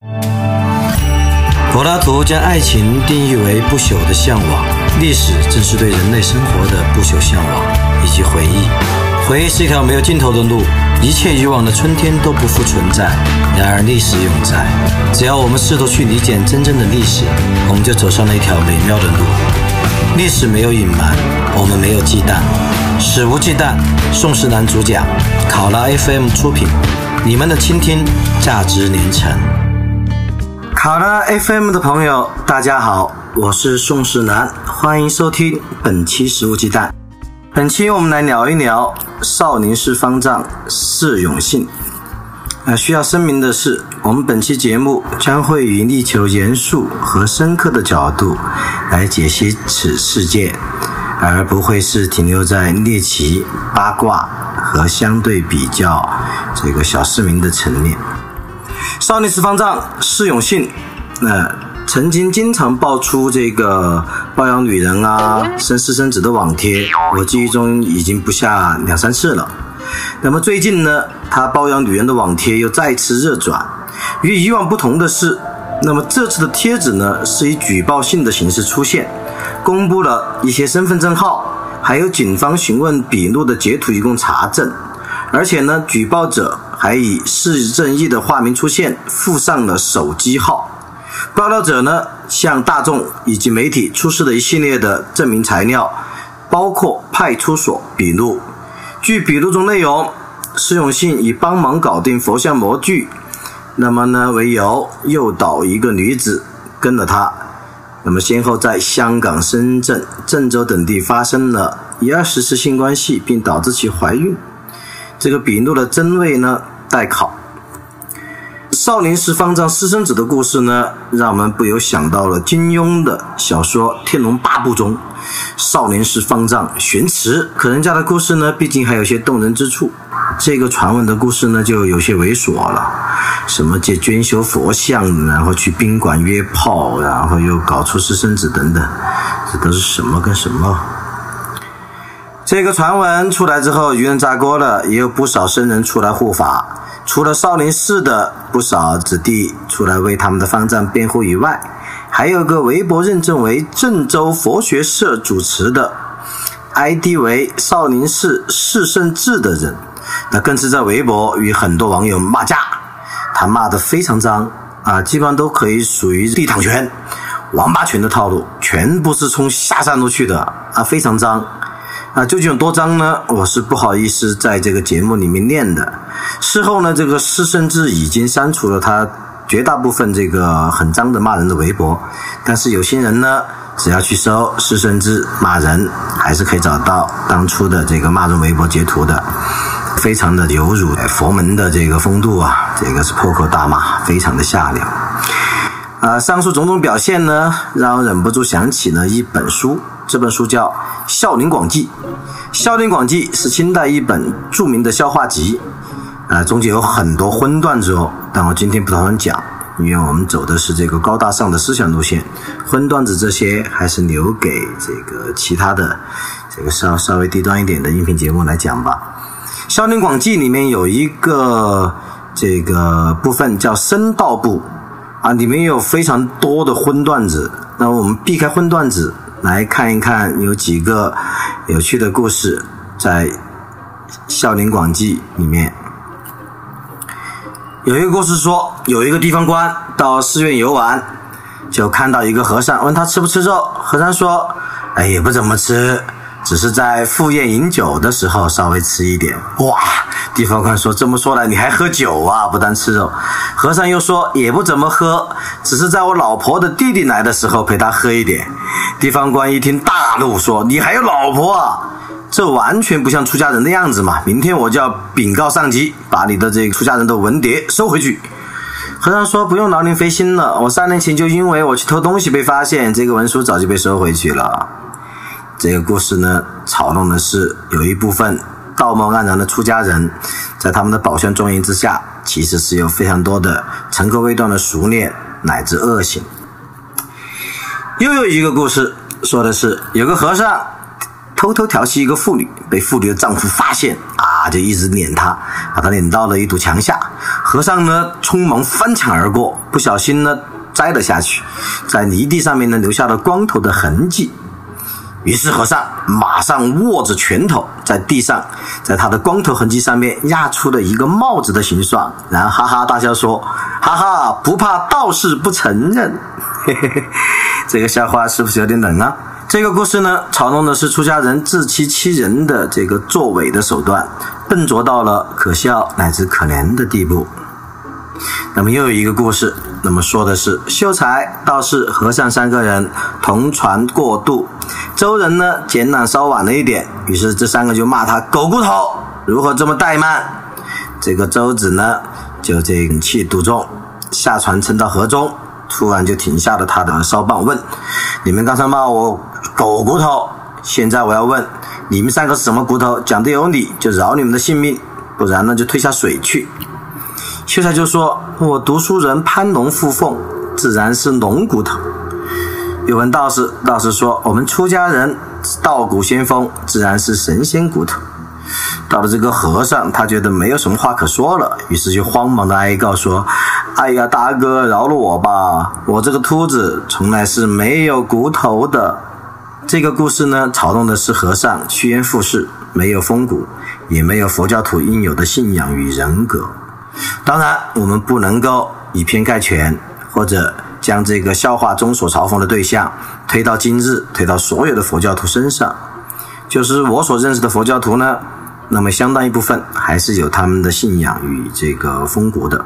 柏拉图将爱情定义为不朽的向往，历史正是对人类生活的不朽向往以及回忆。回忆是一条没有尽头的路，一切以往的春天都不复存在，然而历史永在。只要我们试图去理解真正的历史，我们就走上了一条美妙的路。历史没有隐瞒，我们没有忌惮，史无忌惮。宋世南主讲，考拉 FM 出品，你们的倾听价值连城。考拉 FM 的朋友大家好，我是宋世南，欢迎收听本期史无忌惮。本期我们来聊一聊少林寺方丈释永信。需要声明的是，我们本期节目将会以力求严肃和深刻的角度来解析此事件，而不会是停留在猎奇、八卦和相对比较小市民的层面。少林寺方丈释永信曾经经常爆出包养女人生私生子的网帖，我记忆中已经不下2-3次了。那么最近呢，他包养女人的网帖又再次热转。与以往不同的是，那么这次的帖子呢是以举报信的形式出现，公布了一些身份证号，还有警方询问笔录的截图以供查证。而且呢，举报者还以释正义的化名出现，附上了手机号。报道者呢向大众以及媒体出示了一系列的证明材料，包括派出所笔录。据笔录中内容，释永信以帮忙搞定佛像模具为由诱导一个女子跟了他，先后在香港、深圳、郑州等地发生了10-20次性关系，并导致其怀孕。这个笔录的真伪呢待考。少林寺方丈私生子的故事呢，让我们不由想到了金庸的小说《天龙八部》中少林寺方丈玄慈。可人家的故事呢，毕竟还有些动人之处。这个传闻的故事呢，就有些猥琐了，什么捐修佛像，然后去宾馆约炮，然后又搞出私生子等等，这都是什么跟什么。这个传闻出来之后，舆论炸锅了，也有不少僧人出来护法。除了少林寺的不少子弟出来为他们的方丈辩护以外，还有个微博认证为郑州佛学社主持的 ID 为少林寺释圣智的人，那更是在微博与很多网友骂架。他骂得非常脏基本上都可以属于地躺拳、王八拳的套路，全部是冲下山路去的非常脏究竟有多脏呢？我是不好意思在这个节目里面念的。事后呢，这个释圣智已经删除了他绝大部分很脏的骂人的微博，但是有心人呢，只要去搜释圣智骂人，还是可以找到当初的骂人微博截图的，非常的有辱佛门的风度是破口大骂，非常的下流。上述种种表现呢，让我忍不住想起了一本书，这本书叫《孝陵广记》。《孝陵广记》是清代一本著名的笑话集中间有很多荤段子但我今天不打算讲，因为我们走的是高大上的思想路线，荤段子这些还是留给其他的稍微低端一点的音频节目来讲吧。《孝陵广记》里面有一个部分叫僧道部里面有非常多的荤段子。那我们避开荤段子来看一看，有几个有趣的故事在《孝陵广记》里面。有一个故事说，有一个地方官到寺院游玩，就看到一个和尚，问他吃不吃肉。和尚说也不怎么吃，只是在赴宴饮酒的时候稍微吃一点。哇，地方官说，这么说来你还喝酒不但吃肉。和尚又说，也不怎么喝，只是在我老婆的弟弟来的时候陪他喝一点。地方官一听大怒，说，你还有老婆这完全不像出家人的样子嘛，明天我就要禀告上级，把你的出家人的文牒收回去。和尚说，不用劳您费心了，我3年前就因为我去偷东西被发现，这个文书早就被收回去了。这个故事呢，嘲弄的是有一部分道貌岸然的出家人，在他们的宝相庄严之下，其实是有非常多的沉刻未断的俗念乃至恶行。又有一个故事说的是，有个和尚偷偷调戏一个妇女，被妇女的丈夫发现就一直撵他，把他撵到了一堵墙下。和尚呢匆忙翻墙而过，不小心呢栽了下去，在泥地上面呢留下了光头的痕迹。于是和尚马上握着拳头在地上，在他的光头痕迹上面压出了一个帽子的形状，然后哈哈大笑说：哈哈，不怕道士不承认。嘿嘿嘿，这个笑话是不是有点冷啊？这个故事呢，嘲弄的是出家人自欺欺人的这个作伪的手段，笨拙到了可笑乃至可怜的地步。那么又有一个故事，那么说的是秀才、道士、和尚三个人同船过渡，周人呢捡缆稍晚了一点，于是这三个就骂他狗骨头，如何这么怠慢？这个周子呢就这个气度重，下船撑到河中，突然就停下了他的烧棒，问：你们刚才骂我狗骨头，现在我要问你们三个是什么骨头？讲得有理就饶你们的性命，不然呢就退下水去。秀才就说：我读书人攀龙附凤，自然是龙骨头。又问道士，道士说：我们出家人道骨仙风，自然是神仙骨头。到了这个和尚，他觉得没有什么话可说了，于是就慌忙的哀告说：哎呀，大哥饶了我吧，我这个秃子从来是没有骨头的。这个故事呢，嘲弄的是和尚趋炎附势，没有风骨，也没有佛教徒应有的信仰与人格。当然我们不能够以偏概全，或者将这个笑话中所嘲讽的对象推到今日，推到所有的佛教徒身上。就是我所认识的佛教徒呢，那么相当一部分还是有他们的信仰与这个风骨的。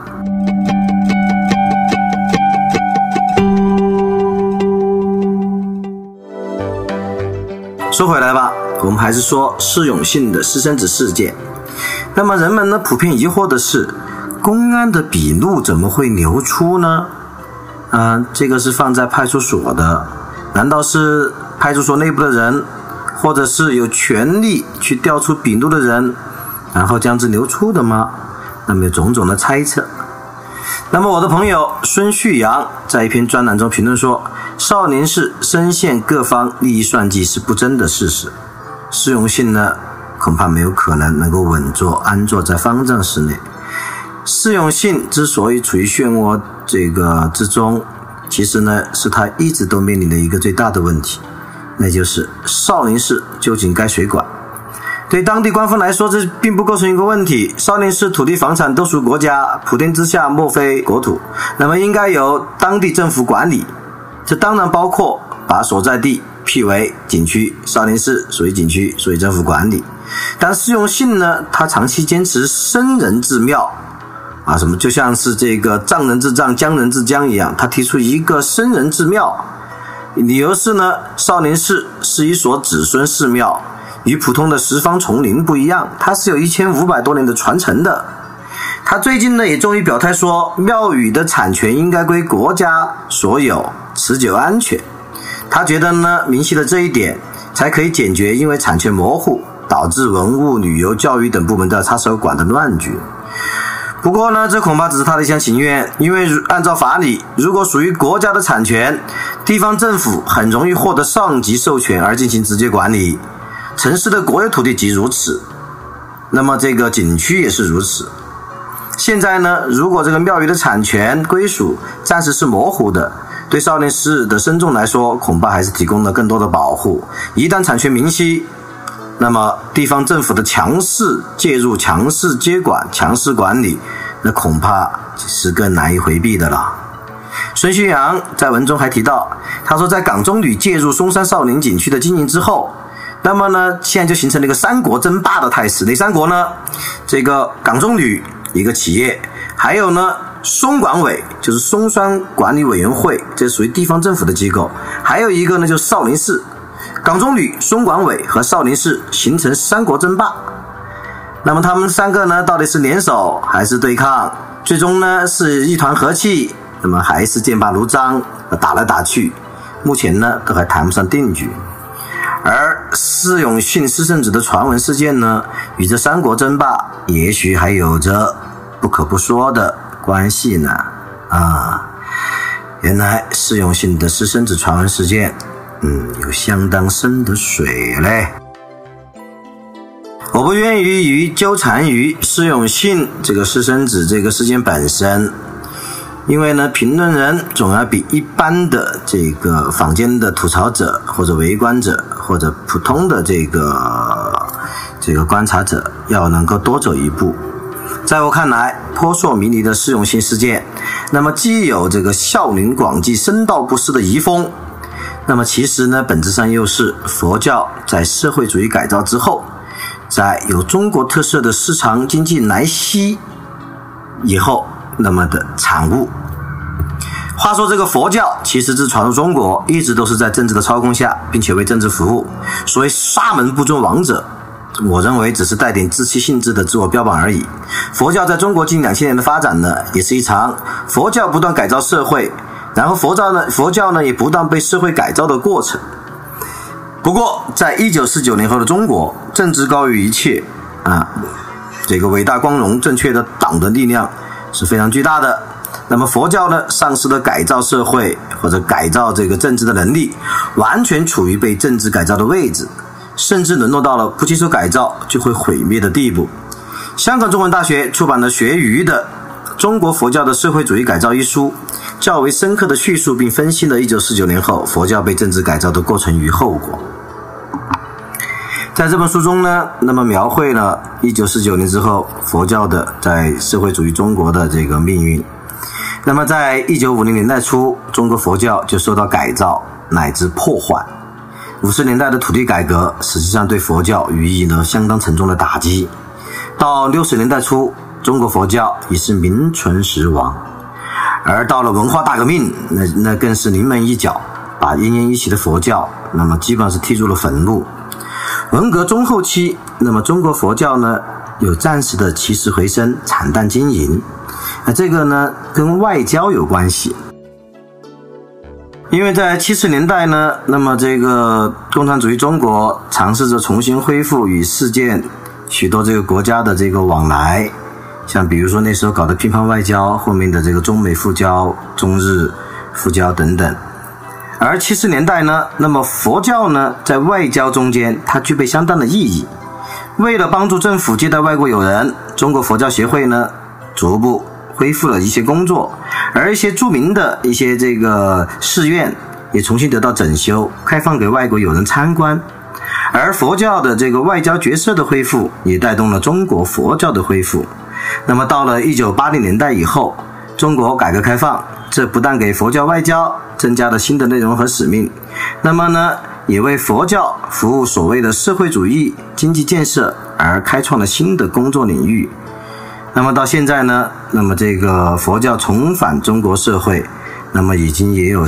说回来吧，我们还是说释永信的私生子事件。那么人们呢普遍疑惑的是，公安的笔录怎么会流出呢？这个是放在派出所的，难道是派出所内部的人，或者是有权利去调出笔录的人，然后将之流出的吗？那么有种种的猜测。那么我的朋友孙旭阳在一篇专栏中评论说，少林寺深陷各方利益算计是不争的事实，释永信呢恐怕没有可能能够稳坐安坐在方丈室内。释永信之所以处于漩涡这个之中，其实呢是他一直都面临的一个最大的问题，那就是少林寺究竟该谁管？对当地官方来说，这并不构成一个问题。少林寺土地房产都属国家，普天之下莫非国土，那么应该由当地政府管理。这当然包括把所在地辟为景区，少林寺属于景区，属于政府管理。但释永信呢，他长期坚持僧人治庙什么就像是这个藏人治藏，江人治江一样，他提出一个僧人治庙，理由是呢，少林寺是一所子孙寺庙，与普通的十方丛林不一样，它是有1500多年的传承的。他最近呢也终于表态说，庙宇的产权应该归国家所有，持久安全。他觉得呢，明晰了这一点，才可以解决因为产权模糊导致文物、旅游、教育等部门的插手管的乱局。不过呢，这恐怕只是他的一厢情愿，因为按照法理，如果属于国家的产权，地方政府很容易获得上级授权而进行直接管理。城市的国有土地即如此，那么这个景区也是如此。现在呢，如果这个庙宇的产权归属暂时是模糊的，对少林寺的僧众来说，恐怕还是提供了更多的保护。一旦产权明晰，那么地方政府的强势介入、强势接管、强势管理，那恐怕是更难以回避的了。孙旭阳在文中还提到，他说在港中旅介入松山少林景区的经营之后，那么呢，现在就形成了一个三国争霸的态势。哪三国呢？这个港中旅一个企业，还有呢松管委，就是松山管理委员会，这属于地方政府的机构，还有一个呢就是少林寺。港中旅、松管委和少林寺形成三国争霸。那么他们三个呢，到底是联手还是对抗？最终呢是一团和气，那么还是剑拔弩张，打来打去，目前呢都还谈不上定局。而释永信私生子的传闻事件呢，与这三国争霸也许还有着不可不说的关系呢。原来释永信的私生子传闻事件有相当深的水嘞。 我不愿意于纠缠于适用性这个是生指这个事件本身，因为呢，评论人总要比一般的这个坊间的吐槽者或者围观者或者普通的这个观察者要能够多走一步。在我看来，扑朔迷离的适用性事件，那么既有这个效능广济、深道不失的遗风，那么其实呢，本质上又是佛教在社会主义改造之后，在有中国特色的市场经济来袭以后那么的产物。话说这个佛教其实自传入中国一直都是在政治的操控下，并且为政治服务，所谓沙门不尊王者，我认为只是带点自欺性质的自我标榜而已。佛教在中国近2000年的发展呢，也是一场佛教不断改造社会，然后佛教呢也不断被社会改造的过程。不过在1949年后的中国，政治高于一切这个伟大光荣正确的党的力量是非常巨大的。那么佛教呢，丧失了改造社会或者改造这个政治的能力，完全处于被政治改造的位置，甚至沦落到了不接受改造就会毁灭的地步。香港中文大学出版了学余的《中国佛教的社会主义改造》一书，较为深刻的叙述并分析了1949年后佛教被政治改造的过程与后果。在这本书中呢，那么描绘了1949年之后佛教的在社会主义中国的这个命运。那么在1950年代初，中国佛教就受到改造乃至破坏。50年代的土地改革实际上对佛教予以了相当沉重的打击。到60年代初，中国佛教已是名存实亡。而到了文化大革命，那更是临门一脚，把奄奄一息的佛教那么基本上是踢入了坟墓。文革中后期，那么中国佛教呢有暂时的起死回生、惨淡经营。这个呢跟外交有关系。因为在70年代呢，那么这个共产主义中国尝试着重新恢复与世界许多这个国家的这个往来，像比如说那时候搞的乒乓外交，后面的这个中美复交、中日复交等等。而70年代呢，那么佛教呢在外交中间它具备相当的意义。为了帮助政府接待外国友人，中国佛教协会呢逐步恢复了一些工作，而一些著名的一些这个寺院也重新得到整修，开放给外国友人参观。而佛教的这个外交角色的恢复，也带动了中国佛教的恢复。那么到了1980年代以后，中国改革开放，这不但给佛教外交增加了新的内容和使命，那么呢，也为佛教服务所谓的社会主义经济建设而开创了新的工作领域。那么到现在呢，那么这个佛教重返中国社会，那么已经也有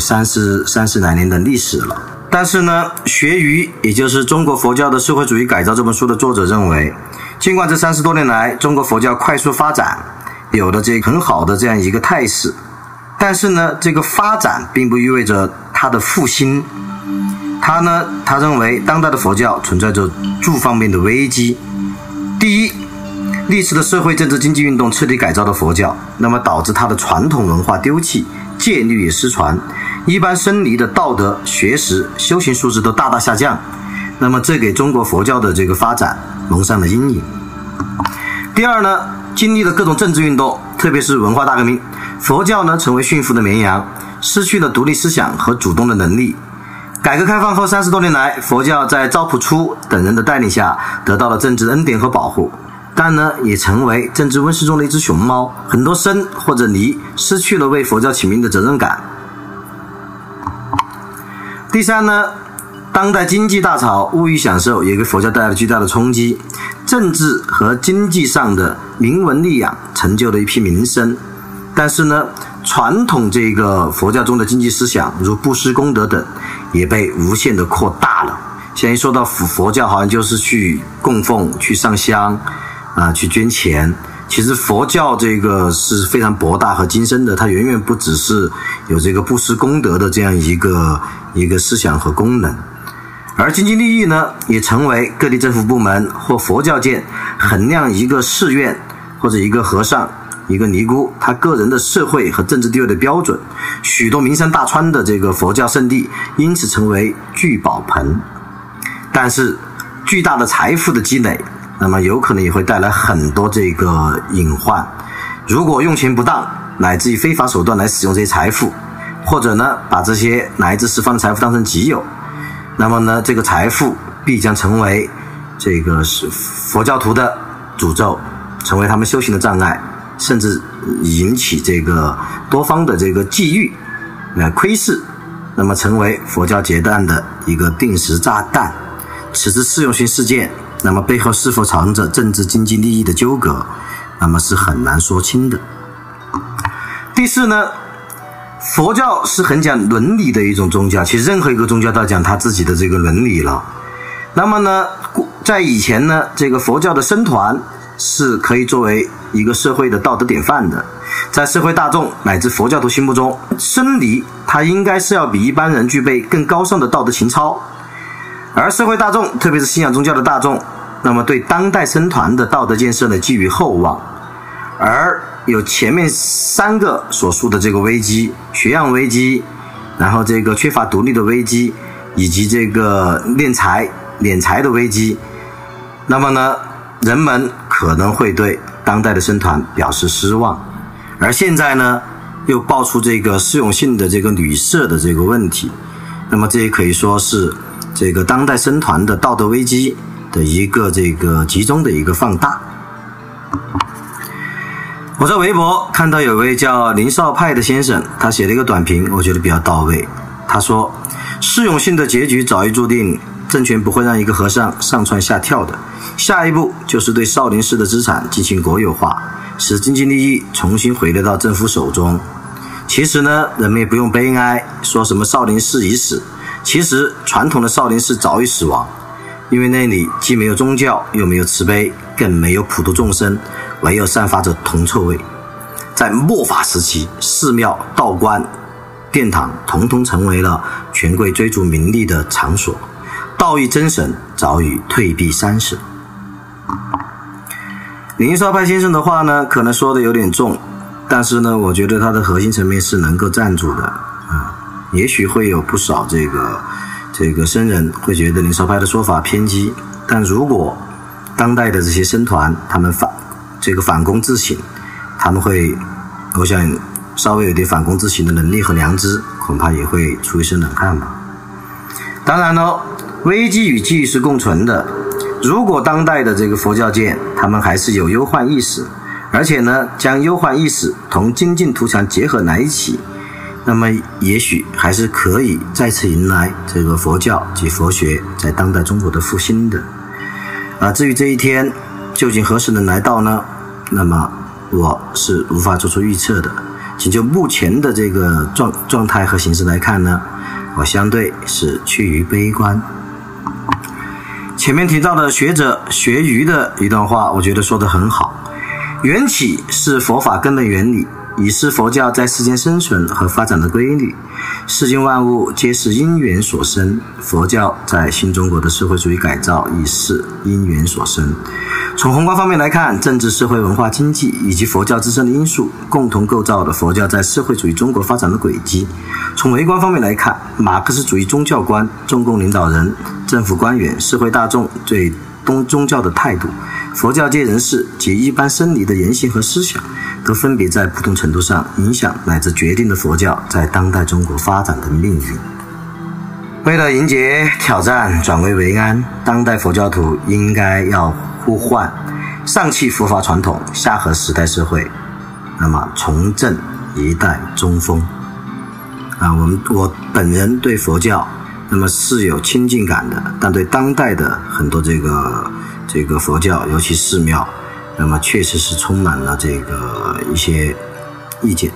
30来年的历史了。但是呢，学余也就是《中国佛教的社会主义改造》这本书的作者认为，尽管这30多年来中国佛教快速发展，有了这个很好的这样一个态势，但是呢，这个发展并不意味着它的复兴。他认为当代的佛教存在着诸方面的危机。第一，历次的社会政治经济运动彻底改造了佛教，那么导致它的传统文化丢弃，戒律也失传，一般僧尼的道德、学识、修行素质都大大下降，那么这给中国佛教的这个发展蒙上了阴影。第二呢，经历了各种政治运动，特别是文化大革命，佛教呢成为驯服的绵羊，失去了独立思想和主动的能力。改革开放后30多年来，佛教在赵朴初等人的带领下得到了政治恩典和保护，但呢也成为政治温室中的一只熊猫，很多僧或者尼失去了为佛教起名的责任感。第三呢，当代经济大潮物欲享受也给佛教带来了巨大的冲击，政治和经济上的名闻利养成就了一批名声，但是呢，传统这个佛教中的经济思想如布施功德等也被无限的扩大了。现在一说到佛教好像就是去供奉、去上香去捐钱，其实佛教这个是非常博大和精深的，它远远不只是有这个布施功德的这样一个思想和功能。而经济利益呢，也成为各地政府部门或佛教界衡量一个寺院或者一个和尚、一个尼姑他个人的社会和政治地位的标准。许多名山大川的这个佛教圣地因此成为聚宝盆。但是巨大的财富的积累那么有可能也会带来很多这个隐患。如果用钱不当，乃至于非法手段来使用这些财富，或者呢把这些乃至释放的财富当成己有，那么呢这个财富必将成为这个是佛教徒的诅咒，成为他们修行的障碍，甚至引起这个多方的这个际遇窥视，那么成为佛教劫难的一个定时炸弹。此次释用性事件，那么背后是否藏着政治经济利益的纠葛，那么是很难说清的。第四呢，佛教是很讲伦理的一种宗教，其实任何一个宗教都要讲他自己的这个伦理了。那么呢，在以前呢，这个佛教的僧团是可以作为一个社会的道德典范的，在社会大众乃至佛教徒心目中，僧尼他应该是要比一般人具备更高尚的道德情操，而社会大众，特别是信仰宗教的大众，那么对当代僧团的道德建设呢寄予厚望。而有前面3个所述的这个危机，学养危机，然后这个缺乏独立的危机，以及这个敛财的危机，那么呢人们可能会对当代的僧团表示失望。而现在呢又爆出这个释永信的这个女色的这个问题，那么这也可以说是这个当代僧团的道德危机的一个这个集中的一个放大。我在微博看到有位叫林少派的先生，他写了一个短评，我觉得比较到位。他说，释永信的结局早已注定，政权不会让一个和尚上蹿下跳的，下一步就是对少林寺的资产进行国有化，使经济利益重新回流到政府手中。其实呢，人们也不用悲哀，说什么少林寺已死，其实传统的少林寺早已死亡，因为那里既没有宗教，又没有慈悲，更没有普度众生，唯有散发着铜臭味。在末法时期，寺庙、道观、殿堂统统成为了权贵追逐名利的场所，道义真神早已退避三舍。林少派先生的话呢，可能说的有点重，但是呢，我觉得他的核心层面是能够站住的。也许会有不少这个僧人会觉得林少派的说法偏激，但如果当代的这些僧团他们反躬自省，他们会，我想稍微有点反躬自省的能力和良知，恐怕也会出一身冷汗吧。当然了，危机与机遇是共存的。如果当代的这个佛教界他们还是有忧患意识，而且呢将忧患意识同精进图强结合在一起，那么也许还是可以再次迎来这个佛教及佛学在当代中国的复兴的。至于这一天究竟何时能来到呢？那么我是无法做出预测的。仅就目前的这个状态和形势来看呢，我相对是趋于悲观。前面提到的学者学愚的一段话，我觉得说得很好。缘起是佛法根本原理，已是佛教在世间生存和发展的规律。世间万物皆是因缘所生，佛教在新中国的社会主义改造亦是因缘所生。从宏观方面来看，政治、社会、文化、经济以及佛教自身的因素共同构造了佛教在社会主义中国发展的轨迹。从微观方面来看，马克思主义宗教观、中共领导人、政府官员、社会大众对宗教的态度，佛教界人士及一般僧尼的言行和思想，都分别在不同程度上影响乃至决定了佛教在当代中国发展的命运。为了迎接挑战，转危为安，当代佛教徒应该要呼唤上弃佛法传统，下合时代社会，那么重振一代中风。我本人对佛教那么是有亲近感的，但对当代的很多这个佛教，尤其寺庙，那么确实是充满了这个一些意见。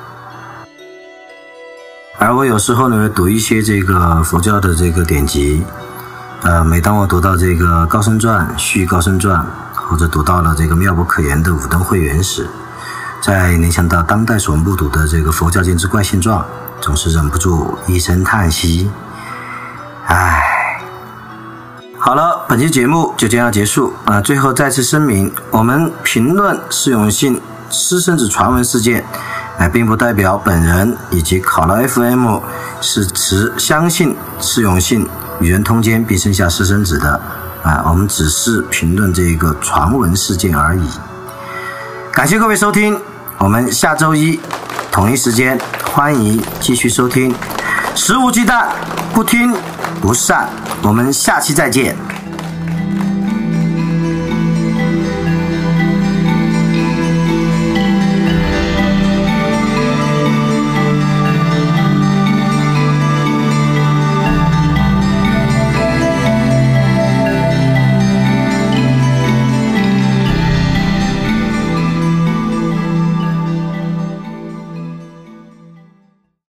而我有时候呢会读一些这个佛教的这个典籍，每当我读到这个高僧传、续高僧传，或者读到了这个妙不可言的五灯会元时，再联想到当代所目睹的这个佛教间之怪现状，总是忍不住一声叹息。好了，本期节目就将要结束。最后再次声明，我们评论释永信私生子传闻事件，并不代表本人以及考拉 FM 是持相信释永信与人通奸并生下私生子的我们只是评论这个传闻事件而已。感谢各位收听，我们下周一同一时间欢迎继续收听，肆无忌惮，不听不散，我们下期再见。